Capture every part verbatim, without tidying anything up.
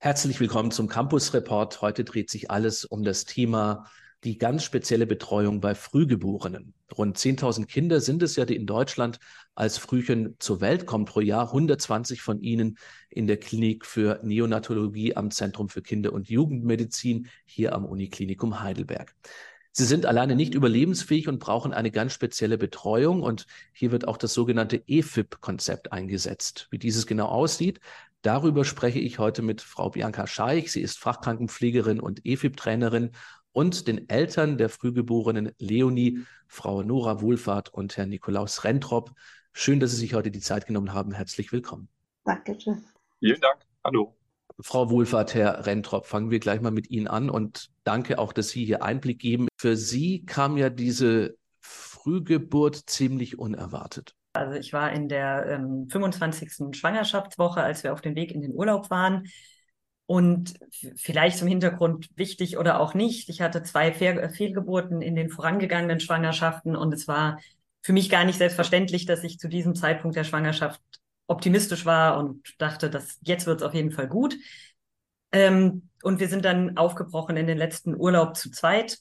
Herzlich willkommen zum Campus Report. Heute dreht sich alles um das Thema die ganz spezielle Betreuung bei Frühgeborenen. Rund zehntausend Kinder sind es ja, die in Deutschland als Frühchen zur Welt kommen pro Jahr. hundertzwanzig von ihnen in der Klinik für Neonatologie am Zentrum für Kinder- und Jugendmedizin hier am Uniklinikum Heidelberg. Sie sind alleine nicht überlebensfähig und brauchen eine ganz spezielle Betreuung. Und hier wird auch das sogenannte E F I P-Konzept eingesetzt. Wie dieses genau aussieht, darüber spreche ich heute mit Frau Bianca Scheich. Sie ist Fachkrankenpflegerin und E F I P-Trainerin und den Eltern der frühgeborenen Leonie, Frau Nora Wohlfahrt und Herrn Nikolaus Rentrop. Schön, dass Sie sich heute die Zeit genommen haben. Herzlich willkommen. Dankeschön. Vielen Dank. Hallo. Frau Wohlfahrt, Herr Rentrop, fangen wir gleich mal mit Ihnen an und danke auch, dass Sie hier Einblick geben. Für Sie kam ja diese Frühgeburt ziemlich unerwartet. Also ich war in der ähm, fünfundzwanzigsten Schwangerschaftswoche, als wir auf dem Weg in den Urlaub waren. Und vielleicht zum Hintergrund wichtig oder auch nicht. Ich hatte zwei Fehl Fehlgeburten in den vorangegangenen Schwangerschaften und es war für mich gar nicht selbstverständlich, dass ich zu diesem Zeitpunkt der Schwangerschaft optimistisch war und dachte, dass jetzt wird es auf jeden Fall gut. Ähm, und wir sind dann aufgebrochen in den letzten Urlaub zu zweit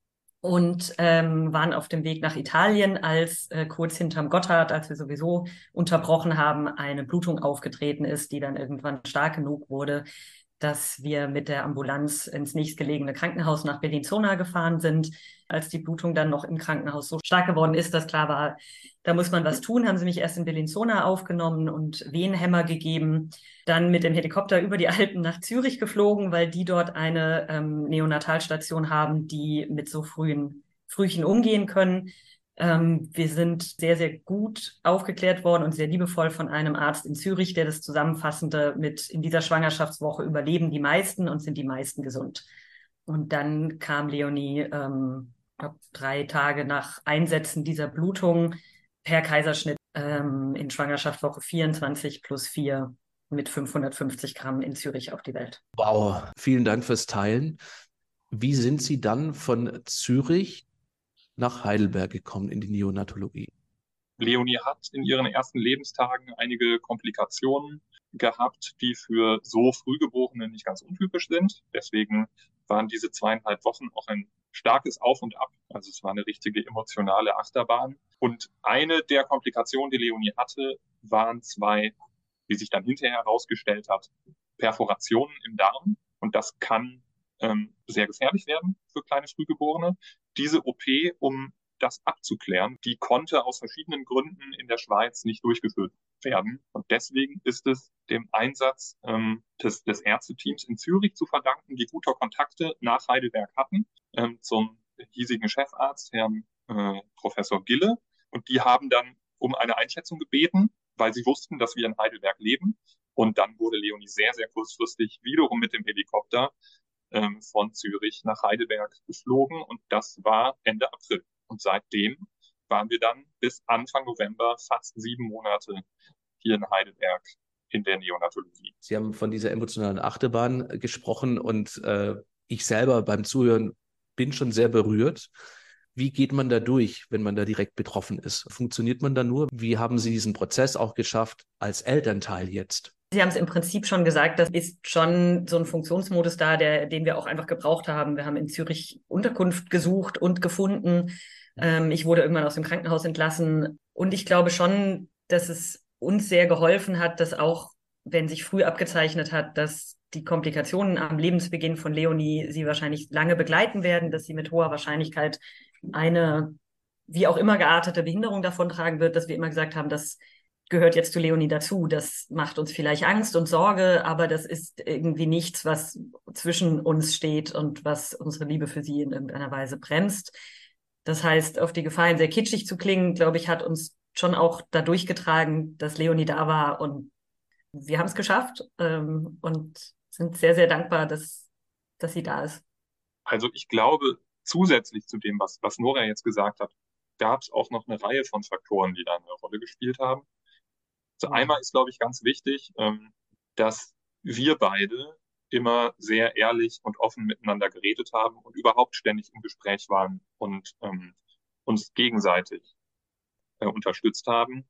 und ähm, waren auf dem Weg nach Italien, als äh, kurz hinterm Gotthard, als wir sowieso unterbrochen haben, eine Blutung aufgetreten ist, die dann irgendwann stark genug wurde, dass wir mit der Ambulanz ins nächstgelegene Krankenhaus nach Bellinzona gefahren sind. Als die Blutung dann noch im Krankenhaus so stark geworden ist, dass klar war, da muss man was tun, haben sie mich erst in Bellinzona aufgenommen und Wehenhämmer gegeben, dann mit dem Helikopter über die Alpen nach Zürich geflogen, weil die dort eine ähm, Neonatalstation haben, die mit so frühen Frühchen umgehen können. Ähm, wir sind sehr, sehr gut aufgeklärt worden und sehr liebevoll von einem Arzt in Zürich, der das Zusammenfassende mit: in dieser Schwangerschaftswoche überleben die meisten und sind die meisten gesund. Und dann kam Leonie, ähm, ich glaube, drei Tage nach Einsetzen dieser Blutung per Kaiserschnitt ähm, in Schwangerschaftswoche vierundzwanzig plus vier mit fünfhundertfünfzig Gramm in Zürich auf die Welt. Wow, vielen Dank fürs Teilen. Wie sind Sie dann von Zürich nach Heidelberg gekommen in die Neonatologie? Leonie hat in ihren ersten Lebenstagen einige Komplikationen gehabt, die für so Frühgeborene nicht ganz untypisch sind. Deswegen waren diese zweieinhalb Wochen auch ein starkes Auf und Ab. Also es war eine richtige emotionale Achterbahn. Und eine der Komplikationen, die Leonie hatte, waren zwei, wie sich dann hinterher herausgestellt hat, Perforationen im Darm. Und das kann ähm, sehr gefährlich werden für kleine Frühgeborene. Diese O P, um das abzuklären, die konnte aus verschiedenen Gründen in der Schweiz nicht durchgeführt werden. Und deswegen ist es dem Einsatz ähm, des, des Ärzteteams in Zürich zu verdanken, die gute Kontakte nach Heidelberg hatten, ähm, zum hiesigen Chefarzt, Herrn äh, Professor Gille. Und die haben dann um eine Einschätzung gebeten, weil sie wussten, dass wir in Heidelberg leben. Und dann wurde Leonie sehr, sehr kurzfristig wiederum mit dem Helikopter ähm, von Zürich nach Heidelberg geflogen. Und das war Ende April. Und seitdem waren wir dann bis Anfang November fast sieben Monate hier in Heidelberg in der Neonatologie. Sie haben von dieser emotionalen Achterbahn gesprochen und äh, ich selber beim Zuhören bin schon sehr berührt. Wie geht man da durch, wenn man da direkt betroffen ist? Funktioniert man da nur? Wie haben Sie diesen Prozess auch geschafft als Elternteil jetzt? Sie haben es im Prinzip schon gesagt, das ist schon so ein Funktionsmodus da, der, den wir auch einfach gebraucht haben. Wir haben in Zürich Unterkunft gesucht und gefunden. Ähm, ich wurde irgendwann aus dem Krankenhaus entlassen. Und ich glaube schon, dass es uns sehr geholfen hat, dass auch, wenn sich früh abgezeichnet hat, dass die Komplikationen am Lebensbeginn von Leonie sie wahrscheinlich lange begleiten werden, dass sie mit hoher Wahrscheinlichkeit eine wie auch immer geartete Behinderung davontragen wird, dass wir immer gesagt haben, dass gehört jetzt zu Leonie dazu. Das macht uns vielleicht Angst und Sorge, aber das ist irgendwie nichts, was zwischen uns steht und was unsere Liebe für sie in irgendeiner Weise bremst. Das heißt, auf die Gefahr hin, sehr kitschig zu klingen, glaube ich, hat uns schon auch da durchgetragen, dass Leonie da war und wir haben es geschafft ähm, und sind sehr, sehr dankbar, dass, dass sie da ist. Also ich glaube, zusätzlich zu dem, was, was Nora jetzt gesagt hat, gab es auch noch eine Reihe von Faktoren, die da eine Rolle gespielt haben. Also einmal ist, glaube ich, ganz wichtig, ähm, dass wir beide immer sehr ehrlich und offen miteinander geredet haben und überhaupt ständig im Gespräch waren und ähm, uns gegenseitig äh, unterstützt haben.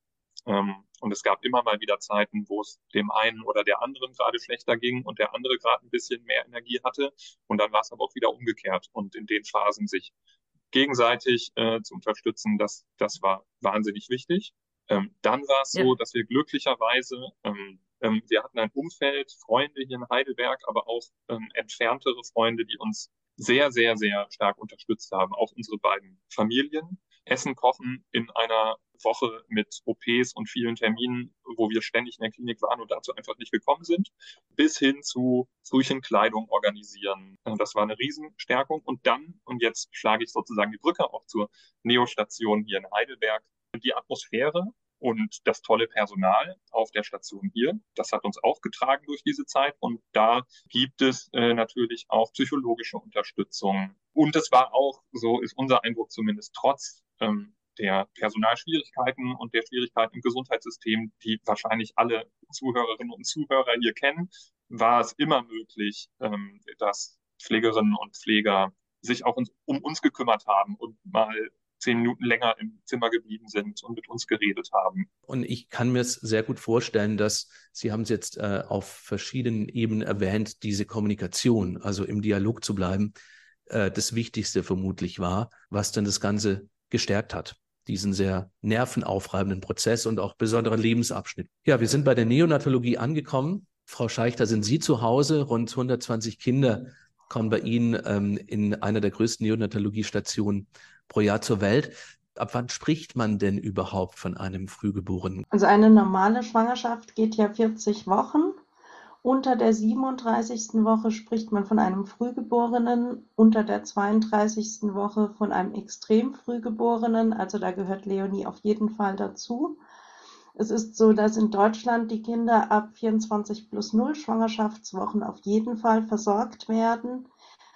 Ähm, und es gab immer mal wieder Zeiten, wo es dem einen oder der anderen gerade schlechter ging und der andere gerade ein bisschen mehr Energie hatte. Und dann war es aber auch wieder umgekehrt. Und in den Phasen sich gegenseitig äh, zu unterstützen, das, das war wahnsinnig wichtig. Ähm, dann war es Ja. so, dass wir glücklicherweise, ähm, ähm, wir hatten ein Umfeld, Freunde hier in Heidelberg, aber auch ähm, entferntere Freunde, die uns sehr, sehr, sehr stark unterstützt haben. Auch unsere beiden Familien. Essen kochen in einer Woche mit O Ps und vielen Terminen, wo wir ständig in der Klinik waren und dazu einfach nicht gekommen sind, bis hin zu Frühchenkleidung organisieren. Das war eine Riesenstärkung. Und dann, und jetzt schlage ich sozusagen die Brücke auch zur Neo-Station hier in Heidelberg, die Atmosphäre und das tolle Personal auf der Station hier. Das hat uns auch getragen durch diese Zeit. Und da gibt es äh, natürlich auch psychologische Unterstützung. Und es war auch, so ist unser Eindruck zumindest, trotz ähm, der Personalschwierigkeiten und der Schwierigkeiten im Gesundheitssystem, die wahrscheinlich alle Zuhörerinnen und Zuhörer hier kennen, war es immer möglich, ähm, dass Pflegerinnen und Pfleger sich auch uns, um uns gekümmert haben und mal zehn Minuten länger im Zimmer geblieben sind und mit uns geredet haben. Und ich kann mir es sehr gut vorstellen, dass Sie haben es jetzt äh, auf verschiedenen Ebenen erwähnt, diese Kommunikation, also im Dialog zu bleiben, äh, das Wichtigste vermutlich war, was dann das Ganze gestärkt hat. Diesen sehr nervenaufreibenden Prozess und auch besonderen Lebensabschnitt. Ja, wir sind bei der Neonatologie angekommen. Frau Scheich, da sind Sie zu Hause. Rund hundertzwanzig Kinder kommen bei Ihnen ähm, in einer der größten Neonatologiestationen pro Jahr zur Welt. Ab wann spricht man denn überhaupt von einem Frühgeborenen? Also eine normale Schwangerschaft geht ja vierzig Wochen. Unter der siebenunddreißigsten Woche spricht man von einem Frühgeborenen, unter der zweiunddreißigsten Woche von einem extrem Frühgeborenen, also da gehört Leonie auf jeden Fall dazu. Es ist so, dass in Deutschland die Kinder ab vierundzwanzig plus null Schwangerschaftswochen auf jeden Fall versorgt werden.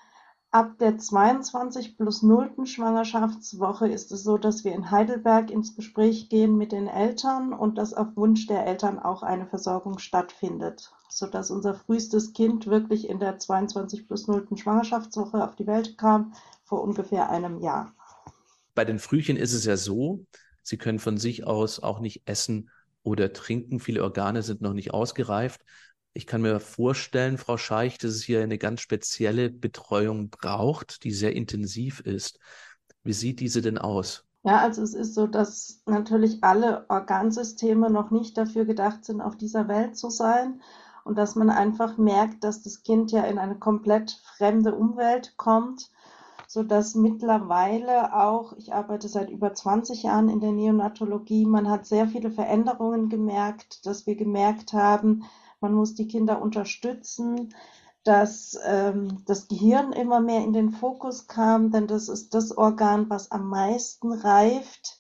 Ab der zweiundzwanzig plus nullten Schwangerschaftswoche ist es so, dass wir in Heidelberg ins Gespräch gehen mit den Eltern und dass auf Wunsch der Eltern auch eine Versorgung stattfindet, sodass unser frühestes Kind wirklich in der zweiundzwanzig plus nullten Schwangerschaftswoche auf die Welt kam, vor ungefähr einem Jahr. Bei den Frühchen ist es ja so, sie können von sich aus auch nicht essen oder trinken. Viele Organe sind noch nicht ausgereift. Ich kann mir vorstellen, Frau Scheich, dass es hier eine ganz spezielle Betreuung braucht, die sehr intensiv ist. Wie sieht diese denn aus? Ja, also es ist so, dass natürlich alle Organsysteme noch nicht dafür gedacht sind, auf dieser Welt zu sein und dass man einfach merkt, dass das Kind ja in eine komplett fremde Umwelt kommt, sodass mittlerweile auch, ich arbeite seit über zwanzig Jahren in der Neonatologie, man hat sehr viele Veränderungen gemerkt, dass wir gemerkt haben, man muss die Kinder unterstützen, dass ähm, das Gehirn immer mehr in den Fokus kam, denn das ist das Organ, was am meisten reift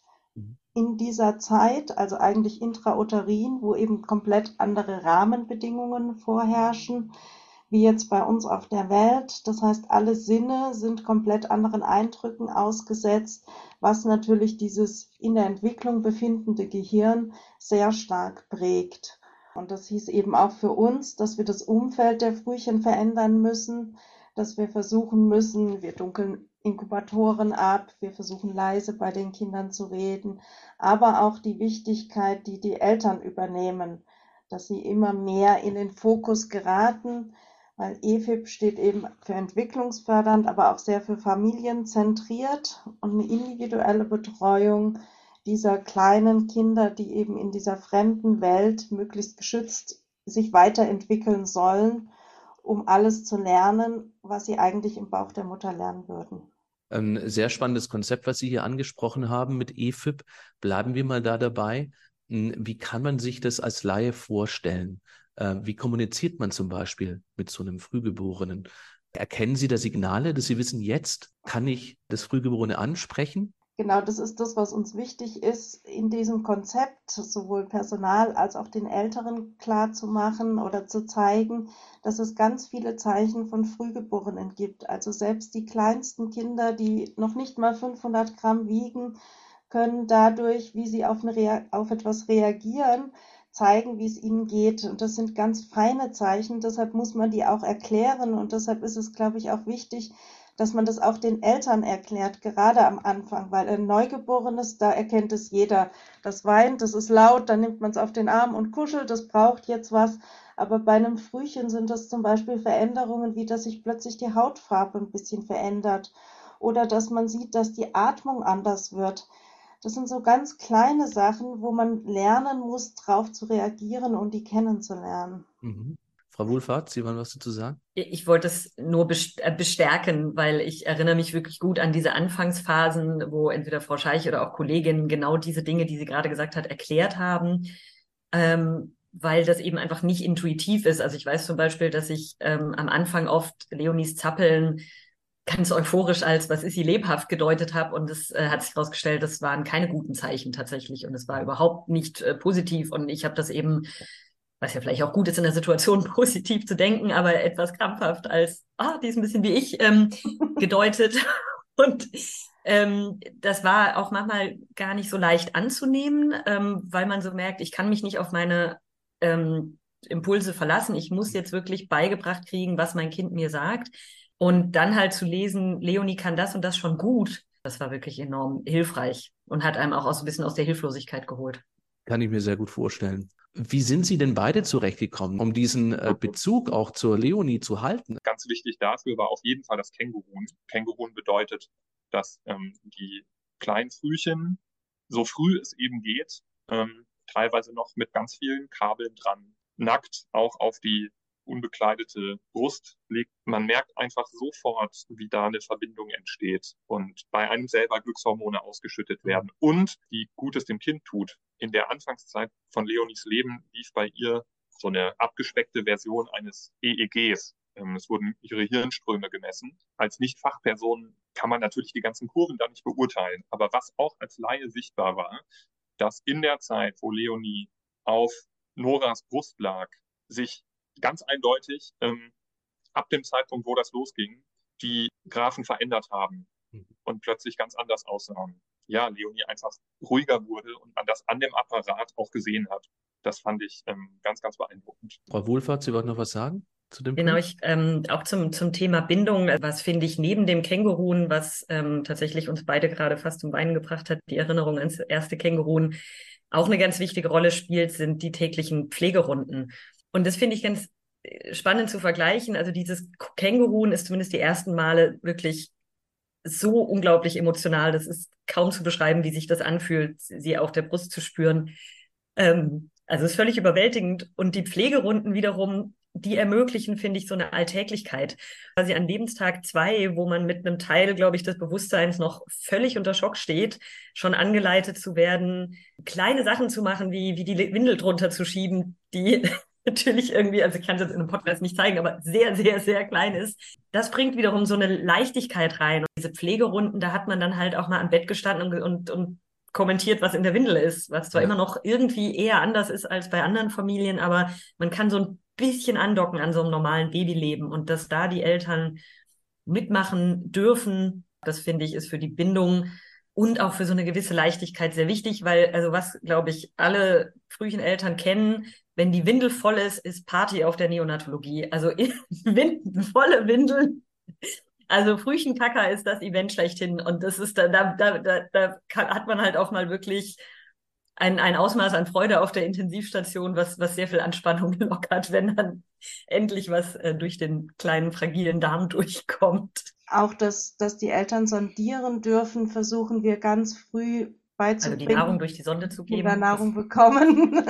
in dieser Zeit, also eigentlich intrauterin, wo eben komplett andere Rahmenbedingungen vorherrschen, wie jetzt bei uns auf der Welt. Das heißt, alle Sinne sind komplett anderen Eindrücken ausgesetzt, was natürlich dieses in der Entwicklung befindende Gehirn sehr stark prägt. Und das hieß eben auch für uns, dass wir das Umfeld der Frühchen verändern müssen, dass wir versuchen müssen, wir dunkeln Inkubatoren ab, wir versuchen leise bei den Kindern zu reden, aber auch die Wichtigkeit, die die Eltern übernehmen, dass sie immer mehr in den Fokus geraten, weil E F I P steht eben für entwicklungsfördernd, aber auch sehr für familienzentriert und eine individuelle Betreuung dieser kleinen Kinder, die eben in dieser fremden Welt möglichst geschützt sich weiterentwickeln sollen, um alles zu lernen, was sie eigentlich im Bauch der Mutter lernen würden. Ein sehr spannendes Konzept, was Sie hier angesprochen haben mit E F I P. Bleiben wir mal da dabei. Wie kann man sich das als Laie vorstellen? Wie kommuniziert man zum Beispiel mit so einem Frühgeborenen? Erkennen Sie da Signale, dass Sie wissen, jetzt kann ich das Frühgeborene ansprechen? Genau, das ist das, was uns wichtig ist, in diesem Konzept sowohl Personal als auch den Älteren klar zu machen oder zu zeigen, dass es ganz viele Zeichen von Frühgeborenen gibt. Also selbst die kleinsten Kinder, die noch nicht mal fünfhundert Gramm wiegen, können dadurch, wie sie auf, eine, auf etwas reagieren, zeigen, wie es ihnen geht. Und das sind ganz feine Zeichen, deshalb muss man die auch erklären und deshalb ist es, glaube ich, auch wichtig, dass man das auch den Eltern erklärt, gerade am Anfang, weil ein Neugeborenes, da erkennt es jeder. Das weint, das ist laut, dann nimmt man es auf den Arm und kuschelt, das braucht jetzt was. Aber bei einem Frühchen sind das zum Beispiel Veränderungen, wie dass sich plötzlich die Hautfarbe ein bisschen verändert oder dass man sieht, dass die Atmung anders wird. Das sind so ganz kleine Sachen, wo man lernen muss, drauf zu reagieren und die kennenzulernen. Mhm. Frau Wohlfahrt, Sie wollen was dazu sagen? Ich wollte es nur bestärken, weil ich erinnere mich wirklich gut an diese Anfangsphasen, wo entweder Frau Scheich oder auch Kolleginnen genau diese Dinge, die sie gerade gesagt hat, erklärt haben, ähm, weil das eben einfach nicht intuitiv ist. Also ich weiß zum Beispiel, dass ich ähm, am Anfang oft Leonies Zappeln ganz euphorisch als was ist sie lebhaft gedeutet habe und es äh, hat sich herausgestellt, das waren keine guten Zeichen tatsächlich und es war überhaupt nicht äh, positiv und ich habe das eben, was ja vielleicht auch gut ist in der Situation, positiv zu denken, aber etwas krampfhaft als, ah, die ist ein bisschen wie ich, ähm, gedeutet. Und ähm, das war auch manchmal gar nicht so leicht anzunehmen, ähm, weil man so merkt, ich kann mich nicht auf meine ähm, Impulse verlassen. Ich muss jetzt wirklich beigebracht kriegen, was mein Kind mir sagt. Und dann halt zu lesen, Leonie kann das und das schon gut, das war wirklich enorm hilfreich und hat einem auch aus, ein bisschen aus der Hilflosigkeit geholt. Kann ich mir sehr gut vorstellen. Wie sind Sie denn beide zurechtgekommen, um diesen äh, Bezug auch zur Leonie zu halten? Ganz wichtig dafür war auf jeden Fall das Kängurun. Kängurun bedeutet, dass ähm, die kleinen Frühchen, so früh es eben geht, ähm, teilweise noch mit ganz vielen Kabeln dran, nackt auch auf die unbekleidete Brust legt. Man merkt einfach sofort, wie da eine Verbindung entsteht und bei einem selber Glückshormone ausgeschüttet werden und wie gut es dem Kind tut. In der Anfangszeit von Leonies Leben lief bei ihr so eine abgespeckte Version eines E E Gs. Es wurden ihre Hirnströme gemessen. Als Nicht-Fachperson kann man natürlich die ganzen Kurven da nicht beurteilen. Aber was auch als Laie sichtbar war, dass in der Zeit, wo Leonie auf Noras Brust lag, sich ganz eindeutig ähm, ab dem Zeitpunkt, wo das losging, die Graphen verändert haben und plötzlich ganz anders aussahen. Ja, Leonie einfach ruhiger wurde und man das an dem Apparat auch gesehen hat. Das fand ich ähm, ganz, ganz beeindruckend. Frau Wohlfahrt, Sie wollten noch was sagen zu dem Genau, Punkt? ich ähm, auch zum zum Thema Bindung, was finde ich neben dem Kängurun, was ähm, tatsächlich uns beide gerade fast zum Weinen gebracht hat, die Erinnerung ans erste Kängurun, auch eine ganz wichtige Rolle spielt, sind die täglichen Pflegerunden. Und das finde ich ganz spannend zu vergleichen. Also dieses Kängurun ist zumindest die ersten Male wirklich so unglaublich emotional. Das ist kaum zu beschreiben, wie sich das anfühlt, sie auf der Brust zu spüren. Ähm, also es ist völlig überwältigend. Und die Pflegerunden wiederum, die ermöglichen, finde ich, so eine Alltäglichkeit. Quasi an Lebenstag zwei, wo man mit einem Teil, glaube ich, des Bewusstseins noch völlig unter Schock steht, schon angeleitet zu werden, kleine Sachen zu machen, wie, wie die Windel drunter zu schieben, die natürlich irgendwie, also ich kann es jetzt in einem Podcast nicht zeigen, aber sehr, sehr, sehr klein ist. Das bringt wiederum so eine Leichtigkeit rein. Und diese Pflegerunden, da hat man dann halt auch mal am Bett gestanden und, und, und kommentiert, was in der Windel ist, was zwar ja immer noch irgendwie eher anders ist als bei anderen Familien, aber man kann so ein bisschen andocken an so einem normalen Babyleben und dass da die Eltern mitmachen dürfen, das finde ich, ist für die Bindung und auch für so eine gewisse Leichtigkeit sehr wichtig, weil, also was, glaube ich, alle Frühcheneltern kennen, wenn die Windel voll ist, ist Party auf der Neonatologie. Also Winden, volle Windeln. Also Frühchenkacker ist das Event schlechthin und das ist da, da, da, da, da kann, hat man halt auch mal wirklich ein, ein Ausmaß an Freude auf der Intensivstation, was, was sehr viel Anspannung lockert, wenn dann endlich was äh, durch den kleinen fragilen Darm durchkommt. Auch, dass, dass die Eltern sondieren dürfen, versuchen wir ganz früh beizubringen. Also die Nahrung durch die Sonde zu geben. Oder Nahrung bekommen.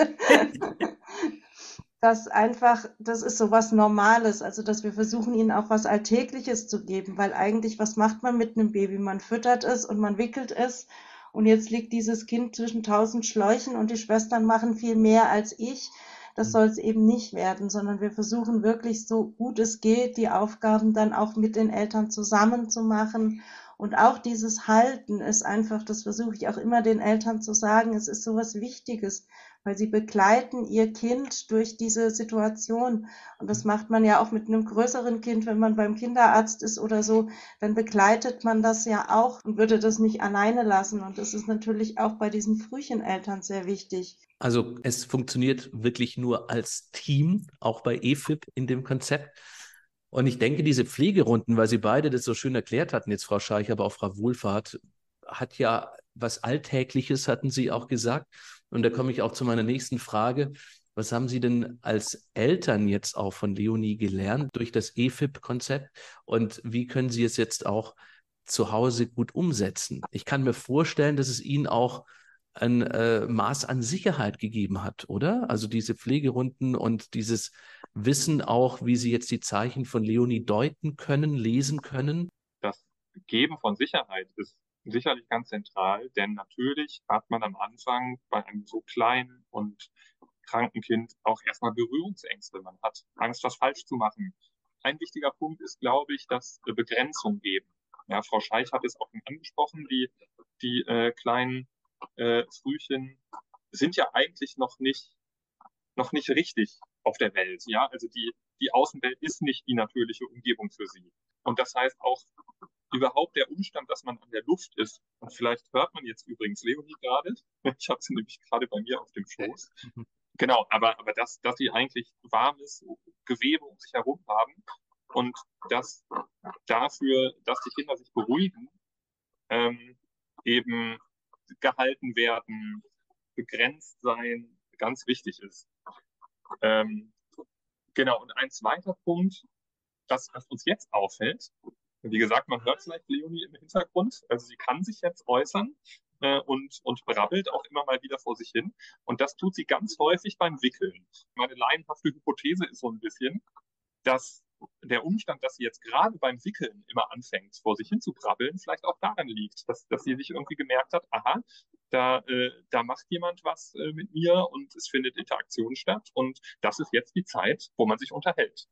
Das einfach, das ist so was Normales, also dass wir versuchen, ihnen auch was Alltägliches zu geben, weil eigentlich, was macht man mit einem Baby? Man füttert es und man wickelt es und jetzt liegt dieses Kind zwischen tausend Schläuchen und die Schwestern machen viel mehr als ich. Das soll es eben nicht werden, sondern wir versuchen wirklich, so gut es geht, die Aufgaben dann auch mit den Eltern zusammen zu machen. Und auch dieses Halten ist einfach, das versuche ich auch immer den Eltern zu sagen, es ist sowas Wichtiges, weil sie begleiten ihr Kind durch diese Situation. Und das macht man ja auch mit einem größeren Kind, wenn man beim Kinderarzt ist oder so, dann begleitet man das ja auch und würde das nicht alleine lassen. Und das ist natürlich auch bei diesen Frühcheneltern sehr wichtig. Also es funktioniert wirklich nur als Team, auch bei E F I P in dem Konzept. Und ich denke, diese Pflegerunden, weil Sie beide das so schön erklärt hatten, jetzt Frau Scheich, aber auch Frau Wohlfahrt, hat ja was Alltägliches, hatten Sie auch gesagt. Und da komme ich auch zu meiner nächsten Frage. Was haben Sie denn als Eltern jetzt auch von Leonie gelernt durch das E F I P-Konzept? Und wie können Sie es jetzt auch zu Hause gut umsetzen? Ich kann mir vorstellen, dass es Ihnen auch ein äh, Maß an Sicherheit gegeben hat, oder? Also diese Pflegerunden und dieses Wissen auch, wie Sie jetzt die Zeichen von Leonie deuten können, lesen können. Das Geben von Sicherheit ist sicherlich ganz zentral, denn natürlich hat man am Anfang bei einem so kleinen und kranken Kind auch erstmal Berührungsängste. Man hat Angst, was falsch zu machen. Ein wichtiger Punkt ist, glaube ich, das Begrenzung geben. Ja, Frau Scheich hat es auch schon angesprochen, die, die äh, kleinen äh, Frühchen sind ja eigentlich noch nicht, noch nicht richtig auf der Welt. Ja, also die, die Außenwelt ist nicht die natürliche Umgebung für sie. Und das heißt auch überhaupt der Umstand, dass man an der Luft ist. Und vielleicht hört man jetzt übrigens Leonie gerade. Ich habe sie nämlich gerade bei mir auf dem Schoß. Genau, aber, aber dass, dass sie eigentlich warmes Gewebe um sich herum haben und dass dafür, dass die Kinder sich beruhigen, ähm, eben gehalten werden, begrenzt sein, ganz wichtig ist. Ähm, genau, und ein zweiter Punkt, das, was uns jetzt auffällt, wie gesagt, man hört vielleicht Leonie im Hintergrund, also sie kann sich jetzt äußern äh, und, und brabbelt auch immer mal wieder vor sich hin. Und das tut sie ganz häufig beim Wickeln. Meine laienhafte Hypothese ist so ein bisschen, dass der Umstand, dass sie jetzt gerade beim Wickeln immer anfängt, vor sich hin zu brabbeln, vielleicht auch daran liegt, dass, dass sie sich irgendwie gemerkt hat, aha, da, äh, da macht jemand was äh, mit mir und es findet Interaktion statt und das ist jetzt die Zeit, wo man sich unterhält.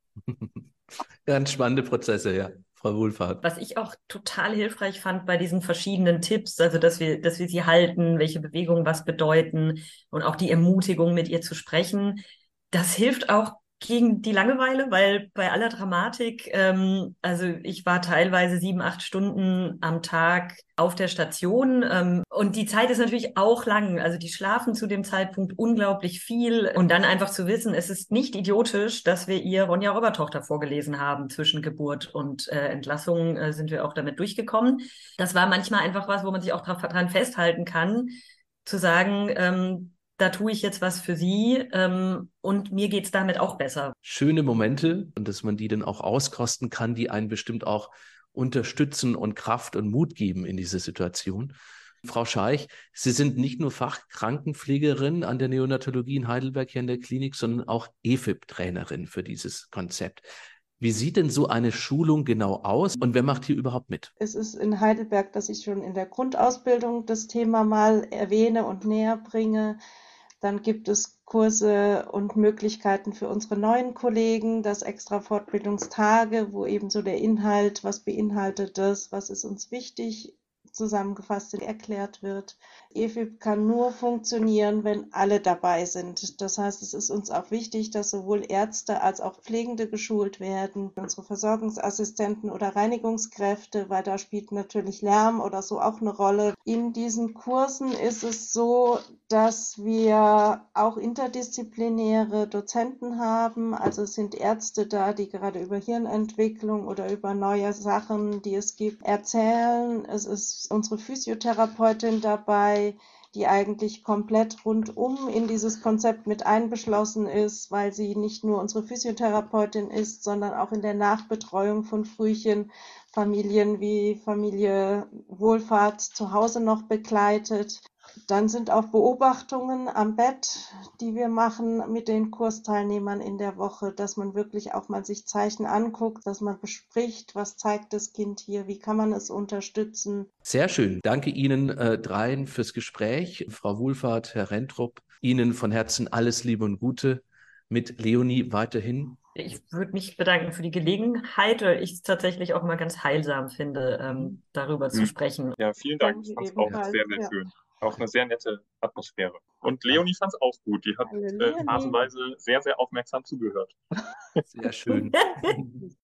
Ganz spannende Prozesse, ja, Frau Wohlfahrt. Was ich auch total hilfreich fand bei diesen verschiedenen Tipps, also dass wir, dass wir sie halten, welche Bewegungen was bedeuten und auch die Ermutigung, mit ihr zu sprechen, das hilft auch gegen die Langeweile, weil bei aller Dramatik, ähm, also ich war teilweise sieben, acht Stunden am Tag auf der Station ähm, und die Zeit ist natürlich auch lang. Also die schlafen zu dem Zeitpunkt unglaublich viel und dann einfach zu wissen, es ist nicht idiotisch, dass wir ihr Ronja Räubertochter vorgelesen haben. Zwischen Geburt und äh, Entlassung äh, sind wir auch damit durchgekommen. Das war manchmal einfach was, wo man sich auch dran festhalten kann, zu sagen, ähm, da tue ich jetzt was für sie ähm, und mir geht's damit auch besser. Schöne Momente und dass man die dann auch auskosten kann, die einen bestimmt auch unterstützen und Kraft und Mut geben in diese Situation. Frau Scheich, Sie sind nicht nur Fachkrankenpflegerin an der Neonatologie in Heidelberg hier in der Klinik, sondern auch E F I P-Trainerin für dieses Konzept. Wie sieht denn so eine Schulung genau aus und wer macht hier überhaupt mit? Es ist in Heidelberg, dass ich schon in der Grundausbildung das Thema mal erwähne und näher bringe. Dann gibt es Kurse und Möglichkeiten für unsere neuen Kollegen, das extra Fortbildungstage, wo eben so der Inhalt, was beinhaltet das, was ist uns wichtig, zusammengefasst erklärt wird. E F I P kann nur funktionieren, wenn alle dabei sind. Das heißt, es ist uns auch wichtig, dass sowohl Ärzte als auch Pflegende geschult werden, unsere Versorgungsassistenten oder Reinigungskräfte, weil da spielt natürlich Lärm oder so auch eine Rolle. In diesen Kursen ist es so, dass wir auch interdisziplinäre Dozenten haben. Also es sind Ärzte da, die gerade über Hirnentwicklung oder über neue Sachen, die es gibt, erzählen. Es ist unsere Physiotherapeutin dabei, die eigentlich komplett rundum in dieses Konzept mit einbeschlossen ist, weil sie nicht nur unsere Physiotherapeutin ist, sondern auch in der Nachbetreuung von Frühchen Familien wie Familie Wohlfahrt zu Hause noch begleitet. Dann sind auch Beobachtungen am Bett, die wir machen mit den Kursteilnehmern in der Woche, dass man wirklich auch mal sich Zeichen anguckt, dass man bespricht, was zeigt das Kind hier, wie kann man es unterstützen. Sehr schön. Danke Ihnen äh, dreien fürs Gespräch. Frau Wohlfahrt, Herr Rentrup, Ihnen von Herzen alles Liebe und Gute. Mit Leonie weiterhin. Ich würde mich bedanken für die Gelegenheit, weil ich es tatsächlich auch mal ganz heilsam finde, ähm, darüber mhm. zu sprechen. Ja, vielen Dank. Ich fand es auch sehr, sehr schön. Ja. Auch eine sehr nette Atmosphäre. Und Leonie fand es auch gut. Die hat äh, phasenweise sehr, sehr aufmerksam zugehört. Sehr schön.